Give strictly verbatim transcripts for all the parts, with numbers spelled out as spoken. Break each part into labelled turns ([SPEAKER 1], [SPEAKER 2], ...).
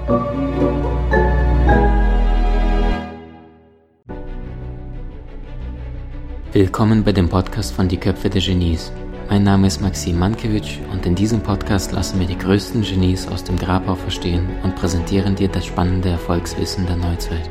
[SPEAKER 1] Willkommen bei dem Podcast von Die Köpfe der Genies. Mein Name ist Maxim Mankewitsch und in diesem Podcast lassen wir die größten Genies aus dem Grabau verstehen und präsentieren dir das spannende Erfolgswissen der Neuzeit.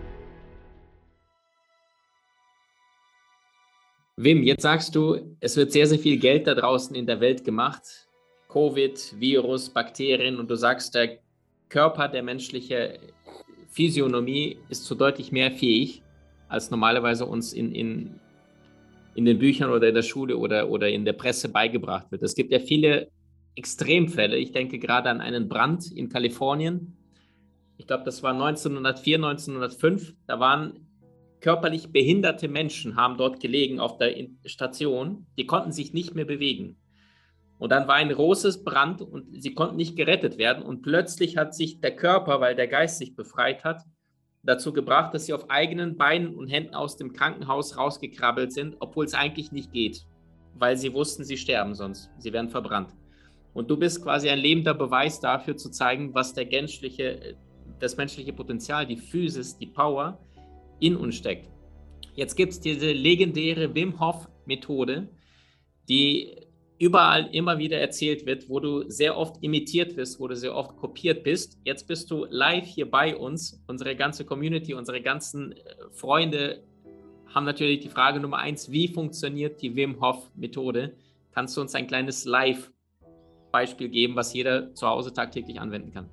[SPEAKER 2] Wim, jetzt sagst du, es wird sehr, sehr viel Geld da draußen in der Welt gemacht. Covid, Virus, Bakterien, und du sagst, der Körper, der menschliche Physiognomie ist zu deutlich mehr fähig, als normalerweise uns in, in, in den Büchern oder in der Schule oder, oder in der Presse beigebracht wird. Es gibt ja viele Extremfälle. Ich denke gerade an einen Brand in Kalifornien. Ich glaube, das war neunzehnhundertvier, neunzehnhundertfünf. Da waren körperlich behinderte Menschen, haben dort gelegen auf der Station. Die konnten sich nicht mehr bewegen. Und dann war ein großes Brand und sie konnten nicht gerettet werden. Und plötzlich hat sich der Körper, weil der Geist sich befreit hat, dazu gebracht, dass sie auf eigenen Beinen und Händen aus dem Krankenhaus rausgekrabbelt sind, obwohl es eigentlich nicht geht, weil sie wussten, sie sterben sonst, sie werden verbrannt. Und du bist quasi ein lebender Beweis dafür, zu zeigen, was der menschliche, das menschliche Potenzial, die Physis, die Power in uns steckt. Jetzt gibt es diese legendäre Wim Hof Methode, die überall immer wieder erzählt wird, wo du sehr oft imitiert wirst, wo du sehr oft kopiert bist. Jetzt bist du live hier bei uns. Unsere ganze Community, unsere ganzen Freunde haben natürlich die Frage Nummer eins: Wie funktioniert die Wim Hof Methode? Kannst du uns ein kleines Live-Beispiel geben, was jeder zu Hause tagtäglich anwenden kann?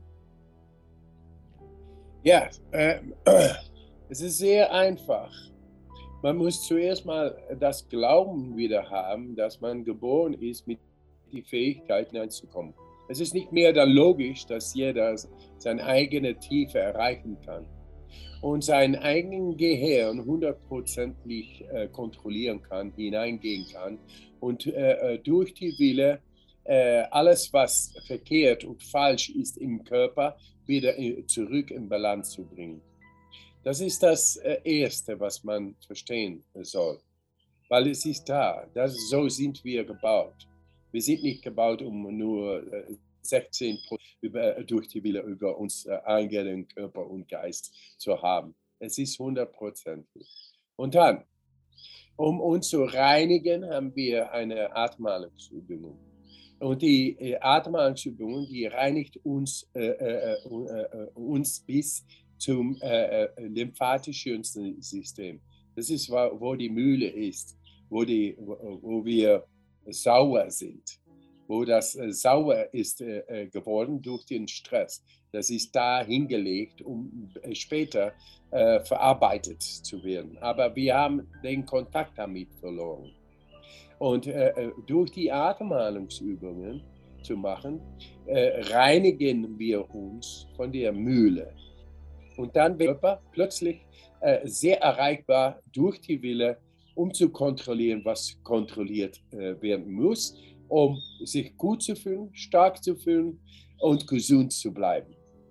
[SPEAKER 3] Ja, äh, es ist sehr einfach. Man muss zuerst mal das Glauben wieder haben, dass man geboren ist, mit die Fähigkeit hineinzukommen. Es ist nicht mehr dann logisch, dass jeder seine eigene Tiefe erreichen kann und sein eigenes Gehirn hundertprozentig äh, kontrollieren kann, hineingehen kann und äh, durch die Wille äh, alles, was verkehrt und falsch ist im Körper, wieder zurück in Balance zu bringen. Das ist das Erste, was man verstehen soll, weil es ist da. Das, so sind wir gebaut. Wir sind nicht gebaut, um nur sechzehn Prozent durch die Wille über uns eigenen Körper und Geist zu haben. Es ist hundertprozentig. Und dann, um uns zu reinigen, haben wir eine Atemhalungsübung. Und die Atemhalungsübung, die reinigt uns, äh, äh, äh, uns bis zum äh, äh, lymphatischen System. Das ist, wo die Mühle ist, wo, die, wo, wo wir sauer sind, wo das äh, sauer ist äh, geworden durch den Stress. Das ist da hingelegt, um äh, später äh, verarbeitet zu werden. Aber wir haben den Kontakt damit verloren. Und äh, durch die Atemhalungsübungen zu machen, äh, reinigen wir uns von der Mühle. Und dann wird der Körper plötzlich äh, sehr erreichbar durch die Wille, um zu kontrollieren, was kontrolliert äh, werden muss, um sich gut zu fühlen, stark zu fühlen und gesund zu bleiben.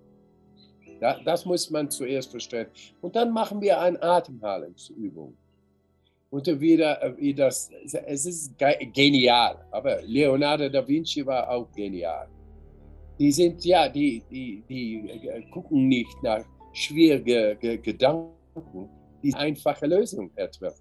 [SPEAKER 3] Ja, das muss man zuerst verstehen. Und dann machen wir eine Atemhalungsübung. Und wieder, wie das, es ist genial, aber Leonardo da Vinci war auch genial. Die sind, ja, die, die, die gucken nicht nach schwierige G- Gedanken, die einfache Lösung etwas.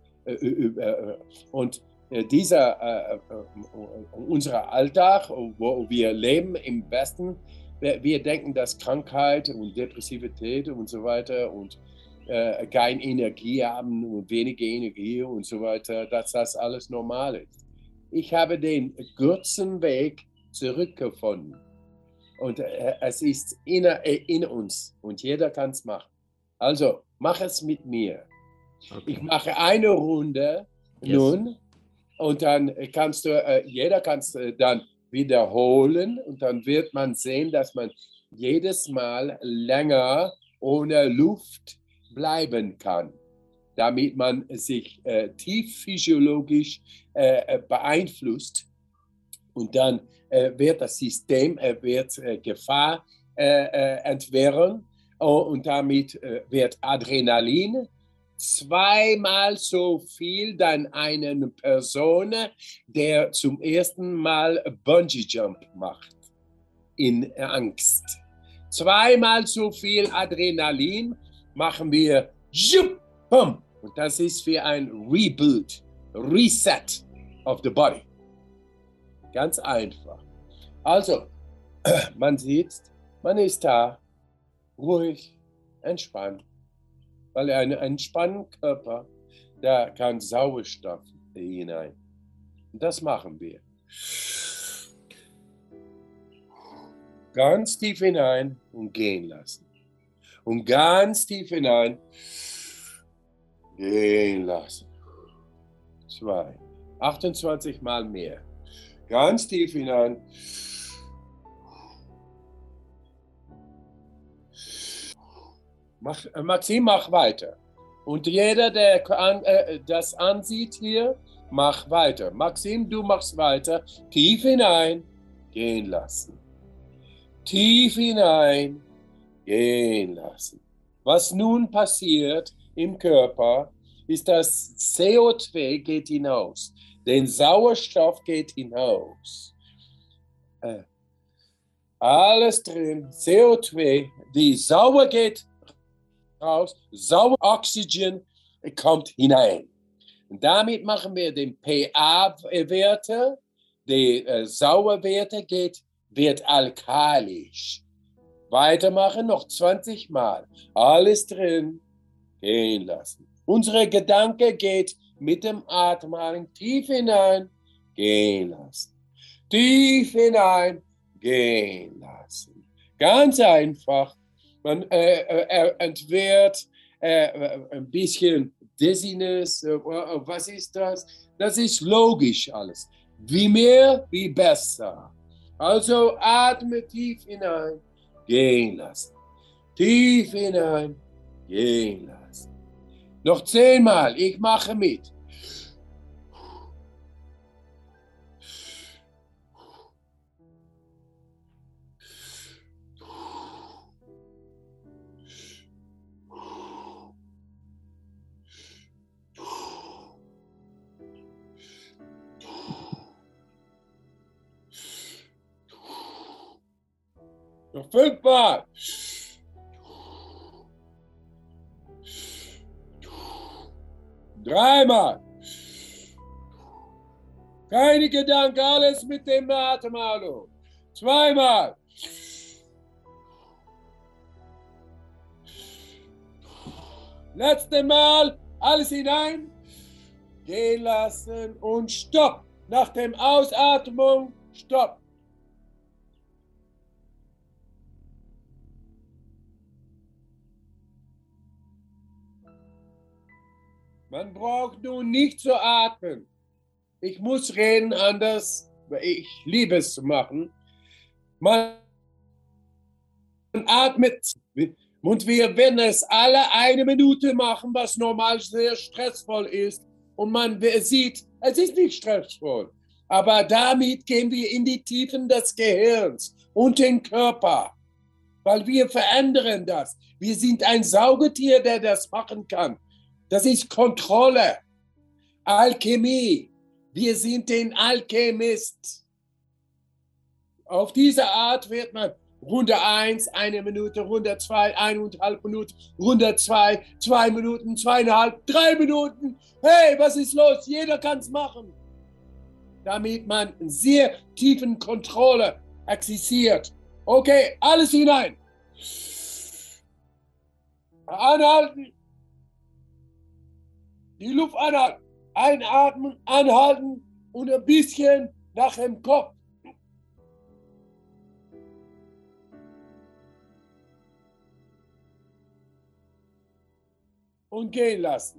[SPEAKER 3] Und dieser, unser Alltag, wo wir leben im Westen, wir denken, dass Krankheit und Depressivität und so weiter und äh, keine Energie haben und wenige Energie und so weiter, dass das alles normal ist. Ich habe den kurzen Weg zurückgefunden. Und äh, es ist in, äh, in uns und jeder kann es machen. Also, mach es mit mir. Okay. Ich mache eine Runde yes. nun und dann kannst du, äh, jeder kann es äh, dann wiederholen und dann wird man sehen, dass man jedes Mal länger ohne Luft bleiben kann, damit man sich äh, tief physiologisch äh, beeinflusst. Und dann äh, wird das System äh, wird, äh, Gefahr äh, äh, entwehren oh, und damit äh, wird Adrenalin zweimal so viel dann eine Person, der zum ersten Mal Bungee Jump macht in Angst. zweimal so viel Adrenalin, machen wir Jup, Bum. Und das ist wie ein Reboot, Reset of the Body. Ganz einfach. Also, man sitzt, man ist da, ruhig, entspannt. Weil ein entspannter Körper, da kann Sauerstoff hinein. Und das machen wir. Ganz tief hinein und gehen lassen. Und ganz tief hinein gehen lassen. Zwei. achtundzwanzig Mal mehr. Ganz tief hinein. Mach, Maxim, mach weiter. Und jeder, der an, äh, das ansieht hier, mach weiter. Maxim, du machst weiter. Tief hinein, gehen lassen. Tief hinein, gehen lassen. Was nun passiert im Körper, ist, dass C O zwei geht hinaus. Den Sauerstoff geht hinaus. Äh, alles drin, C O zwei, die Sauer geht raus, sauer Oxygen kommt hinein. Und damit machen wir den pH-Werte, die äh, Sauerwerte geht, wird alkalisch. Weitermachen, noch zwanzig Mal. Alles drin, gehen lassen. Unsere Gedanke geht mit dem Atmen tief hinein, gehen lassen. Tief hinein, gehen lassen. Ganz einfach. Man äh, äh, entwirrt äh, ein bisschen Dizziness. Äh, was ist das? Das ist logisch alles. Wie mehr, wie besser. Also atme tief hinein, gehen lassen. Tief hinein, gehen lassen. Noch zehnmal, ich mache mit. Noch fünfmal. Dreimal. Keine Gedanken, alles mit dem Atem. Zweimal. Letzte Mal, alles hinein. Gehen lassen und stopp. Nach dem Ausatmung, stopp. Man braucht nun nicht zu atmen. Ich muss reden anders, weil ich liebe es zu machen. Man atmet und wir werden es alle eine Minute machen, was normal sehr stressvoll ist. Und man sieht, es ist nicht stressvoll. Aber damit gehen wir in die Tiefen des Gehirns und den Körper. Weil wir verändern das. Wir sind ein Saugetier, der das machen kann. Das ist Kontrolle, Alchemie. Wir sind den Alchemist. Auf diese Art wird man Runde eins, eine Minute, Runde zwei, eineinhalb Minuten, Runde zwei, zwei Minuten, zweieinhalb, drei Minuten. Hey, was ist los? Jeder kann es machen. Damit man in sehr tiefen Kontrolle existiert. Okay, alles hinein. Anhalten. Die Luft anhalten, einatmen, anhalten und ein bisschen nach dem Kopf. Und gehen lassen.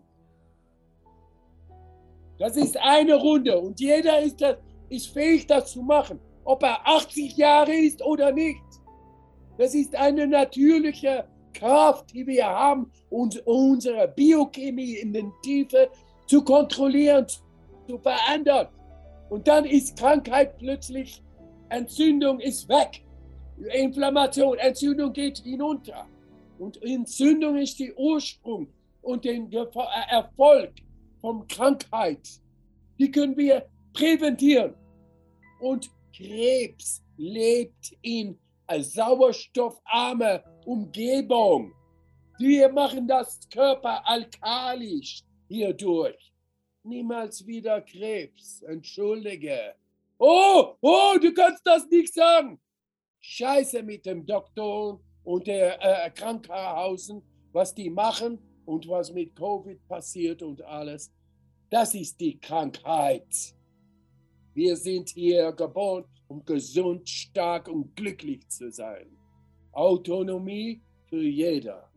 [SPEAKER 3] Das ist eine Runde und jeder ist, das, ist fähig, das zu machen, ob er achtzig Jahre ist oder nicht. Das ist eine natürliche Kraft, die wir haben, uns unsere Biochemie in den Tiefe zu kontrollieren, zu verändern. Und dann ist Krankheit plötzlich, Entzündung ist weg. Inflammation, Entzündung geht hinunter. Und Entzündung ist der Ursprung und der Erfolg von Krankheit. Die können wir präventieren. Und Krebs lebt in eine sauerstoffarme Umgebung. Wir machen das Körper alkalisch hierdurch. Niemals wieder Krebs, entschuldige. Oh, oh, du kannst das nicht sagen. Scheiße mit dem Doktor und der äh, Krankenhausen, was die machen und was mit Covid passiert und alles. Das ist die Krankheit. Wir sind hier geboren, um gesund, stark und glücklich zu sein. Autonomie für jeder.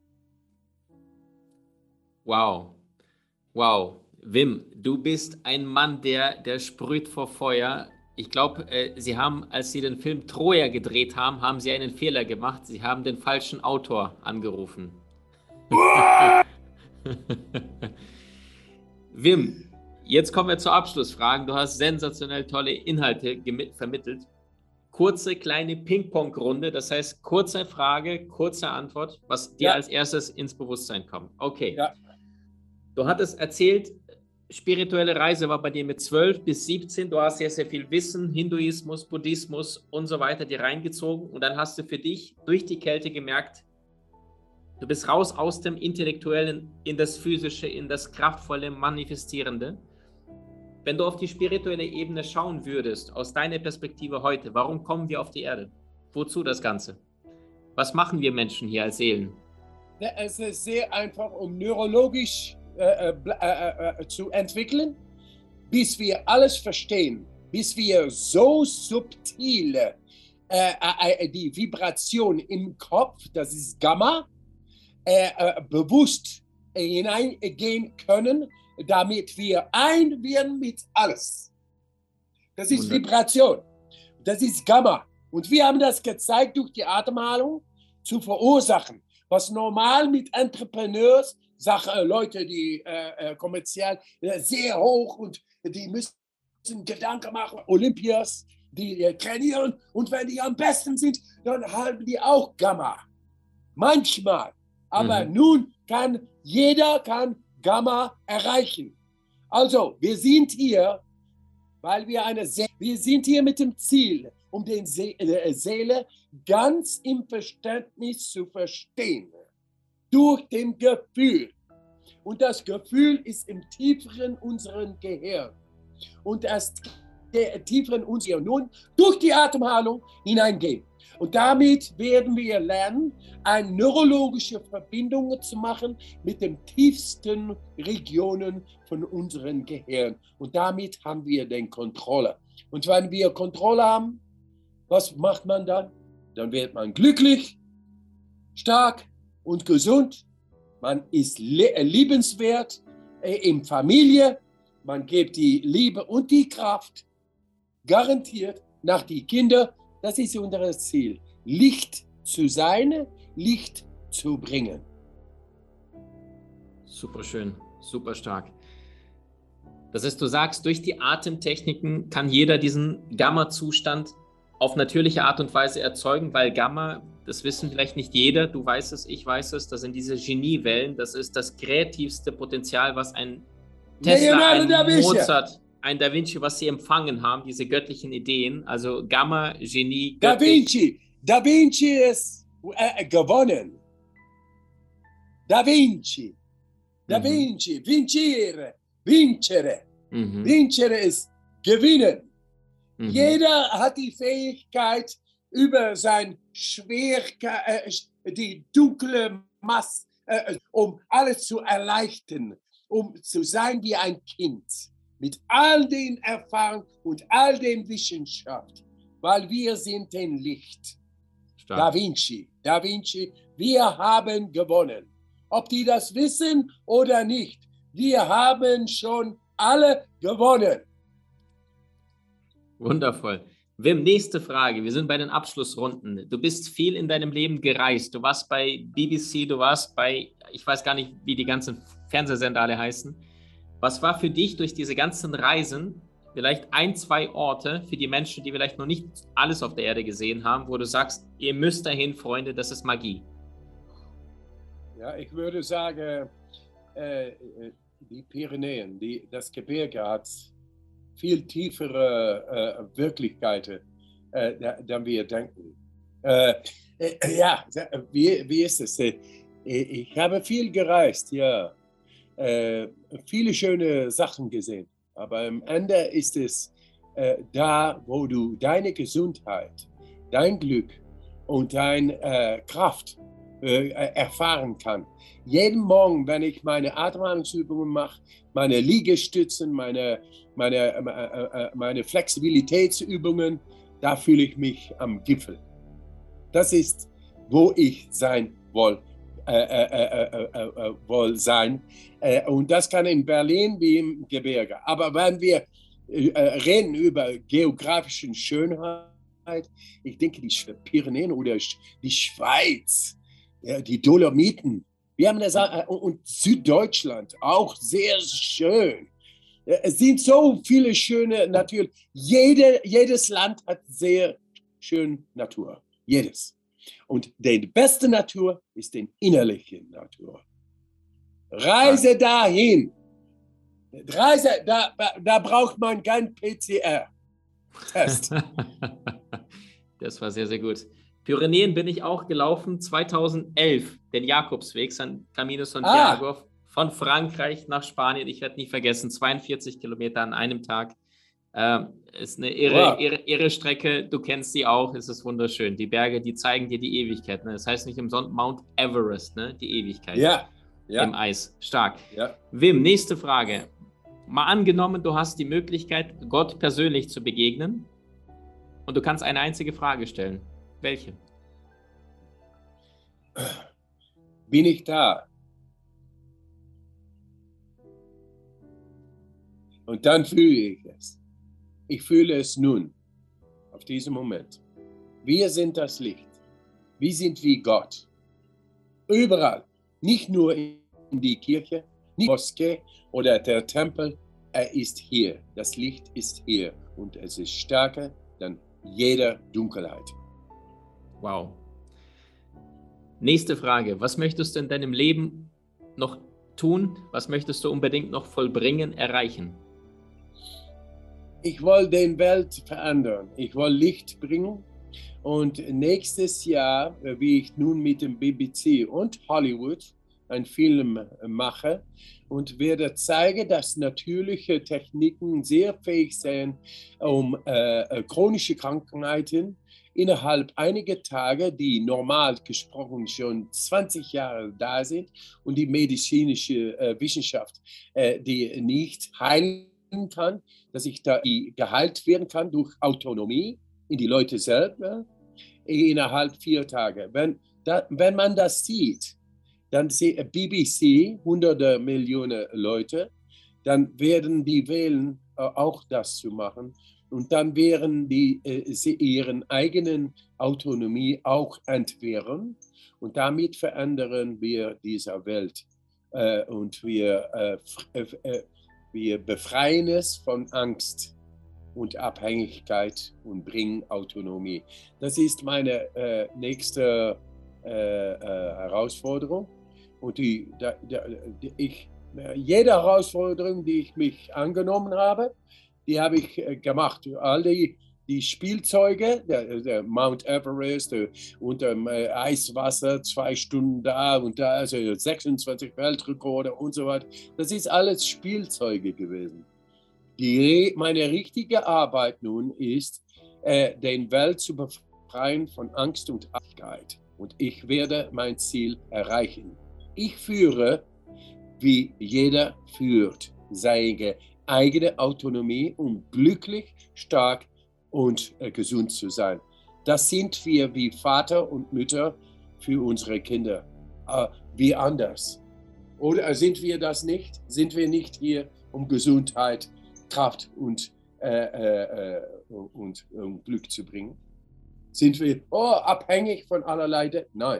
[SPEAKER 2] Wow, wow. Wim, du bist ein Mann, der, der sprüht vor Feuer. Ich glaube, äh, Sie haben, als Sie den Film Troja gedreht haben, haben Sie einen Fehler gemacht. Sie haben den falschen Autor angerufen. Wim, jetzt kommen wir zur Abschlussfragen. Du hast sensationell tolle Inhalte vermittelt. Kurze, kleine Ping-Pong-Runde. Das heißt, kurze Frage, kurze Antwort, was dir
[SPEAKER 3] Ja.
[SPEAKER 2] als erstes ins Bewusstsein kommt. Okay.
[SPEAKER 3] Ja.
[SPEAKER 2] Du hattest erzählt, spirituelle Reise war bei dir mit zwölf bis siebzehn. Du hast sehr, sehr viel Wissen, Hinduismus, Buddhismus und so weiter dir reingezogen. Und dann hast du für dich durch die Kälte gemerkt, du bist raus aus dem Intellektuellen in das Physische, in das kraftvolle, Manifestierende. Wenn du auf die spirituelle Ebene schauen würdest, aus deiner Perspektive heute, warum kommen wir auf die Erde? Wozu das Ganze? Was machen wir Menschen hier als Seelen?
[SPEAKER 3] Ja, es ist sehr einfach, um neurologisch äh, äh, äh, zu entwickeln, bis wir alles verstehen, bis wir so subtil äh, äh, die Vibration im Kopf, das ist Gamma, äh, äh, bewusst hineingehen können, damit wir ein werden mit alles. Das ist
[SPEAKER 2] Wunder-
[SPEAKER 3] Vibration, das ist Gamma. Und wir haben das gezeigt, durch die Atemhaltung zu verursachen, was normal mit Entrepreneurs, Sache, Leute, die äh, kommerziell äh, sehr hoch und die müssen Gedanken machen, Olympias, die äh, trainieren und wenn die am besten sind, dann haben die auch Gamma. Manchmal. Aber
[SPEAKER 2] Mhm.
[SPEAKER 3] nun kann jeder kann Gamma erreichen. Also, wir sind hier, weil wir eine Se wir sind hier mit dem Ziel, um den Se äh, Seele ganz im Verständnis zu verstehen. Durch den Gefühl. Und das Gefühl ist im tieferen unseren Gehirn. Und das tieferen unserer nun durch die Atemhaltung hineingehen. Und damit werden wir lernen, eine neurologische Verbindung zu machen mit den tiefsten Regionen von unserem Gehirn. Und damit haben wir den Kontrolle. Und wenn wir Kontrolle haben, was macht man dann? Dann wird man glücklich, stark und gesund. Man ist liebenswert äh, in Familie. Man gibt die Liebe und die Kraft garantiert nach die Kinder. Das ist unser Ziel. Licht zu sein, Licht zu bringen.
[SPEAKER 2] Super schön, super stark. Das heißt, du sagst, durch die Atemtechniken kann jeder diesen Gamma-Zustand auf natürliche Art und Weise erzeugen, weil Gamma, das wissen vielleicht nicht jeder, du weißt es, ich weiß es, das sind diese Geniewellen, das ist das kreativste Potenzial, was ein Tesla,
[SPEAKER 3] Leonardo
[SPEAKER 2] ein
[SPEAKER 3] da Vinci.
[SPEAKER 2] Mozart, ein Da Vinci, was sie empfangen haben, diese göttlichen Ideen, also Gamma, Genie,
[SPEAKER 3] Da
[SPEAKER 2] göttlich.
[SPEAKER 3] Vinci, Da Vinci ist äh, gewonnen. Da Vinci, Da
[SPEAKER 2] Mhm.
[SPEAKER 3] Vinci, vincere, vincere.
[SPEAKER 2] Mhm.
[SPEAKER 3] Vincere ist gewinnen.
[SPEAKER 2] Mhm.
[SPEAKER 3] Jeder hat die Fähigkeit, über sein Schwerkeit, äh, die dunkle Masse, äh, um alles zu erleichtern, um zu sein wie ein Kind. Mit all den Erfahrungen und all den Wissenschaft, weil wir sind den Licht.
[SPEAKER 2] Stark.
[SPEAKER 3] Da Vinci, Da Vinci, wir haben gewonnen. Ob die das wissen oder nicht, wir haben schon alle gewonnen.
[SPEAKER 2] Wundervoll. Wim, nächste Frage. Wir sind bei den Abschlussrunden. Du bist viel in deinem Leben gereist. Du warst bei B B C, du warst bei, ich weiß gar nicht, wie die ganzen Fernsehsender alle heißen. Was war für dich durch diese ganzen Reisen vielleicht ein, zwei Orte für die Menschen, die vielleicht noch nicht alles auf der Erde gesehen haben, wo du sagst, ihr müsst dahin, Freunde, das ist Magie?
[SPEAKER 3] Ja, ich würde sagen, äh, die Pyrenäen, die, das Gebirge hat viel tiefere äh, Wirklichkeiten, äh, da, dann wir denken. Äh, äh, ja, wie, wie ist es? Ich habe viel gereist, ja. Äh, viele schöne Sachen gesehen. Aber am Ende ist es äh, da, wo du deine Gesundheit, dein Glück und deine äh, Kraft äh, erfahren kannst. Jeden Morgen, wenn ich meine Atemhaltungsübungen mache, meine Liegestützen, meine, meine, äh, meine Flexibilitätsübungen, da fühle ich mich am Gipfel. Das ist, wo ich sein will. Äh, äh, äh, äh, äh, wohl sein. Äh, und das kann in Berlin wie im Gebirge. Aber wenn wir äh, reden über geografische Schönheit, ich denke, die Pyrenäen oder die Schweiz, ja, die Dolomiten, wir haben das, äh, und Süddeutschland auch sehr schön. Es sind so viele schöne Natur. Jede, jedes Land hat sehr schöne Natur. Jedes. Und die beste Natur ist die innerliche Natur. Reise dahin. Reise, da, da braucht man kein P C R-Test.
[SPEAKER 2] Das war sehr, sehr gut. Pyrenäen bin ich auch gelaufen, zweitausendelf, den Jakobsweg, San Camino Santiago, ah. von Frankreich nach Spanien. Ich werde nie vergessen, zweiundvierzig Kilometer an einem Tag. Ähm, ist eine irre, wow. irre, irre Strecke, du kennst sie auch, es ist wunderschön. Die Berge, die zeigen dir die Ewigkeit. Ne? Das heißt nicht umsonst Mount Everest, ne? Die Ewigkeit
[SPEAKER 3] ja. Ja.
[SPEAKER 2] im Eis. Stark.
[SPEAKER 3] Ja.
[SPEAKER 2] Wim, nächste Frage. Mal angenommen, du hast die Möglichkeit, Gott persönlich zu begegnen und du kannst eine einzige Frage stellen. Welche?
[SPEAKER 3] Bin ich da? Und dann fühle ich es. Ich fühle es nun, auf diesen Moment. Wir sind das Licht. Wir sind wie Gott. Überall. Nicht nur in die Kirche, nicht die Moschee oder der Tempel. Er ist hier. Das Licht ist hier. Und es ist stärker als jede Dunkelheit.
[SPEAKER 2] Wow. Nächste Frage. Was möchtest du in deinem Leben noch tun? Was möchtest du unbedingt noch vollbringen, erreichen?
[SPEAKER 3] Ich will die Welt verändern. Ich will Licht bringen. Und nächstes Jahr, wie ich nun mit dem B B C und Hollywood einen Film mache und werde zeigen, dass natürliche Techniken sehr fähig sind, um äh, chronische Krankheiten innerhalb einiger Tage, die normal gesprochen schon zwanzig Jahre da sind und die medizinische äh, Wissenschaft, äh, die nicht heilen kann, dass ich da geheilt werden kann durch Autonomie in die Leute selber innerhalb vier Tage. Wenn, da, wenn man das sieht, dann sieht B B C hunderte Millionen Leute, dann werden die wählen, äh, auch das zu machen. Und dann werden die äh, sie ihren eigenen Autonomie auch entwehren. Und damit verändern wir diese Welt. Äh, und wir äh, äh, Wir befreien es von Angst und Abhängigkeit und bringen Autonomie. Das ist meine äh, nächste äh, äh, Herausforderung. Und die, da, da, die, ich, jede Herausforderung, die ich mich angenommen habe, die habe ich äh, gemacht. All die, die Spielzeuge, der, der Mount Everest, der, unter dem äh, Eiswasser, zwei Stunden da und da, also sechsundzwanzig Weltrekorde und so weiter. Das ist alles Spielzeuge gewesen. Die, meine richtige Arbeit nun ist, äh, den Welt zu befreien von Angst und Abhängigkeit. Und ich werde mein Ziel erreichen. Ich führe, wie jeder führt, seine eigene Autonomie, um glücklich, stark und äh, gesund zu sein. Das sind wir wie Vater und Mütter für unsere Kinder. Äh, wie anders. Oder sind wir das nicht? Sind wir nicht hier, um Gesundheit, Kraft und, äh, äh, und, und Glück zu bringen? Sind wir oh, abhängig von allerlei? Nein.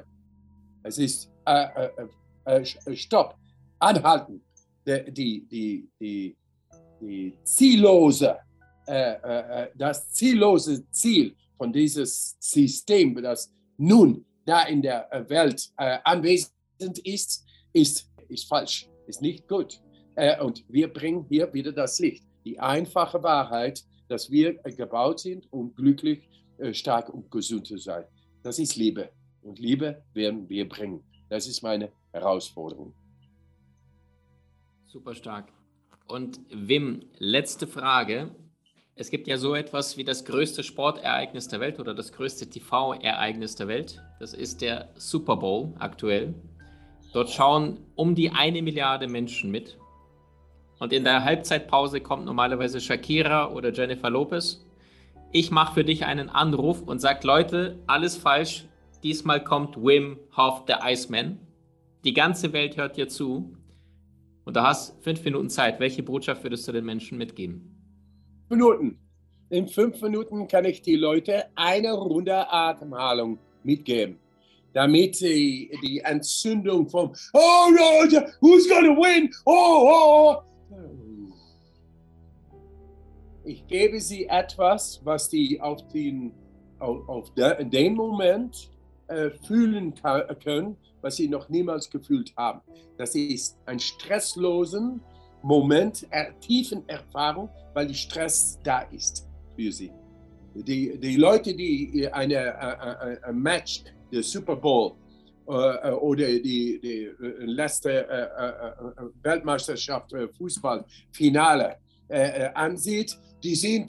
[SPEAKER 3] Es ist äh, äh, äh, Stopp, anhalten. Die, die, die, die, die ziellose, äh, äh, das ziellose Ziel von diesem System, das nun da in der Welt äh, anwesend ist, ist, ist falsch, ist nicht gut. Äh, und wir bringen hier wieder das Licht. Die einfache Wahrheit, dass wir gebaut sind, um glücklich, äh, stark und gesund zu sein. Das ist Liebe. Und Liebe werden wir bringen. Das ist meine Herausforderung.
[SPEAKER 2] Super stark. Und Wim, letzte Frage. Es gibt ja so etwas wie das größte Sportereignis der Welt oder das größte T V-Ereignis der Welt. Das ist der Super Bowl aktuell. Dort schauen um die eine Milliarde Menschen mit. Und in der Halbzeitpause kommt normalerweise Shakira oder Jennifer Lopez. Ich mache für dich einen Anruf und sage, Leute, alles falsch. Diesmal kommt Wim Hof, der Iceman. Die ganze Welt hört dir zu. Und du hast fünf Minuten Zeit. Welche Botschaft würdest du den Menschen mitgeben?
[SPEAKER 3] Minuten. In fünf Minuten kann ich die Leute eine Runde Atemhalung mitgeben, damit sie die Entzündung vom Oh no, who's gonna win? Oh, oh. Ich gebe sie etwas, was die auf den, auf, auf den Moment äh, fühlen können, was sie noch niemals gefühlt haben. Das ist ein stresslosen Moment, er, tiefen Erfahrung, weil die Stress da ist für sie. Die, die Leute, die eine, ein, ein Match, der Super Bowl äh, oder die, die letzte äh, äh, Weltmeisterschaft äh, Fußballfinale äh, ansieht, die sind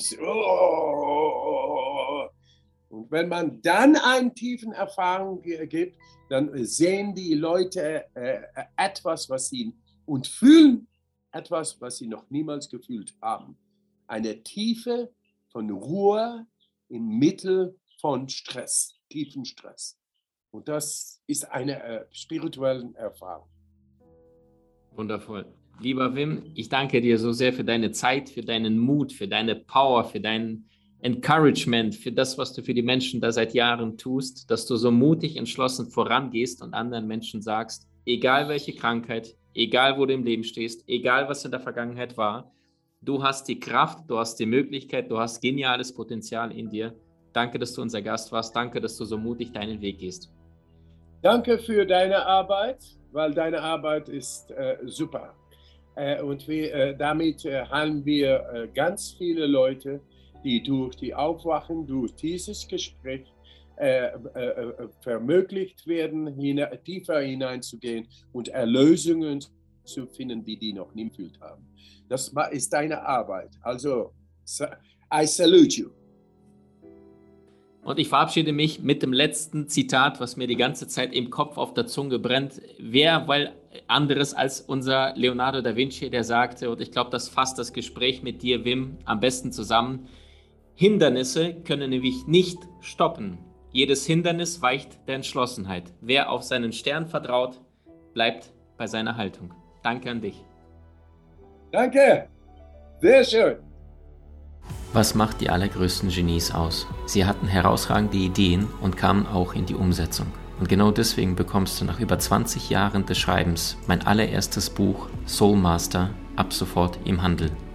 [SPEAKER 3] oh, und wenn man dann einen tiefen Erfahrung gibt, dann sehen die Leute äh, etwas, was sie und fühlen etwas, was sie noch niemals gefühlt haben. Eine Tiefe von Ruhe inmitten von Stress, tiefen Stress. Und das ist eine äh, spirituelle Erfahrung.
[SPEAKER 2] Wundervoll. Lieber Wim, ich danke dir so sehr für deine Zeit, für deinen Mut, für deine Power, für dein Encouragement, für das, was du für die Menschen da seit Jahren tust, dass du so mutig, entschlossen vorangehst und anderen Menschen sagst, egal welche Krankheit, egal wo du im Leben stehst, egal was in der Vergangenheit war, du hast die Kraft, du hast die Möglichkeit, du hast geniales Potenzial in dir. Danke, dass du unser Gast warst. Danke, dass du so mutig deinen Weg gehst.
[SPEAKER 3] Danke für deine Arbeit, weil deine Arbeit ist äh, super. Äh, und wir, äh, damit äh, haben wir äh, ganz viele Leute, die durch die Aufwachen, durch dieses Gespräch Äh, äh, vermöglicht werden, hina, tiefer hineinzugehen und Erlösungen zu finden, die die noch nie gefühlt haben. Das ist deine Arbeit. Also, I salute you.
[SPEAKER 2] Und ich verabschiede mich mit dem letzten Zitat, was mir die ganze Zeit im Kopf auf der Zunge brennt. Wer, weil anderes als unser Leonardo da Vinci, der sagte, und ich glaube, das fasst das Gespräch mit dir, Wim, am besten zusammen, Hindernisse können nämlich nicht stoppen. Jedes Hindernis weicht der Entschlossenheit. Wer auf seinen Stern vertraut, bleibt bei seiner Haltung. Danke an dich.
[SPEAKER 3] Danke. Sehr schön.
[SPEAKER 1] Was macht die allergrößten Genies aus? Sie hatten herausragende Ideen und kamen auch in die Umsetzung. Und genau deswegen bekommst du nach über zwanzig Jahren des Schreibens mein allererstes Buch Soul Master ab sofort im Handel.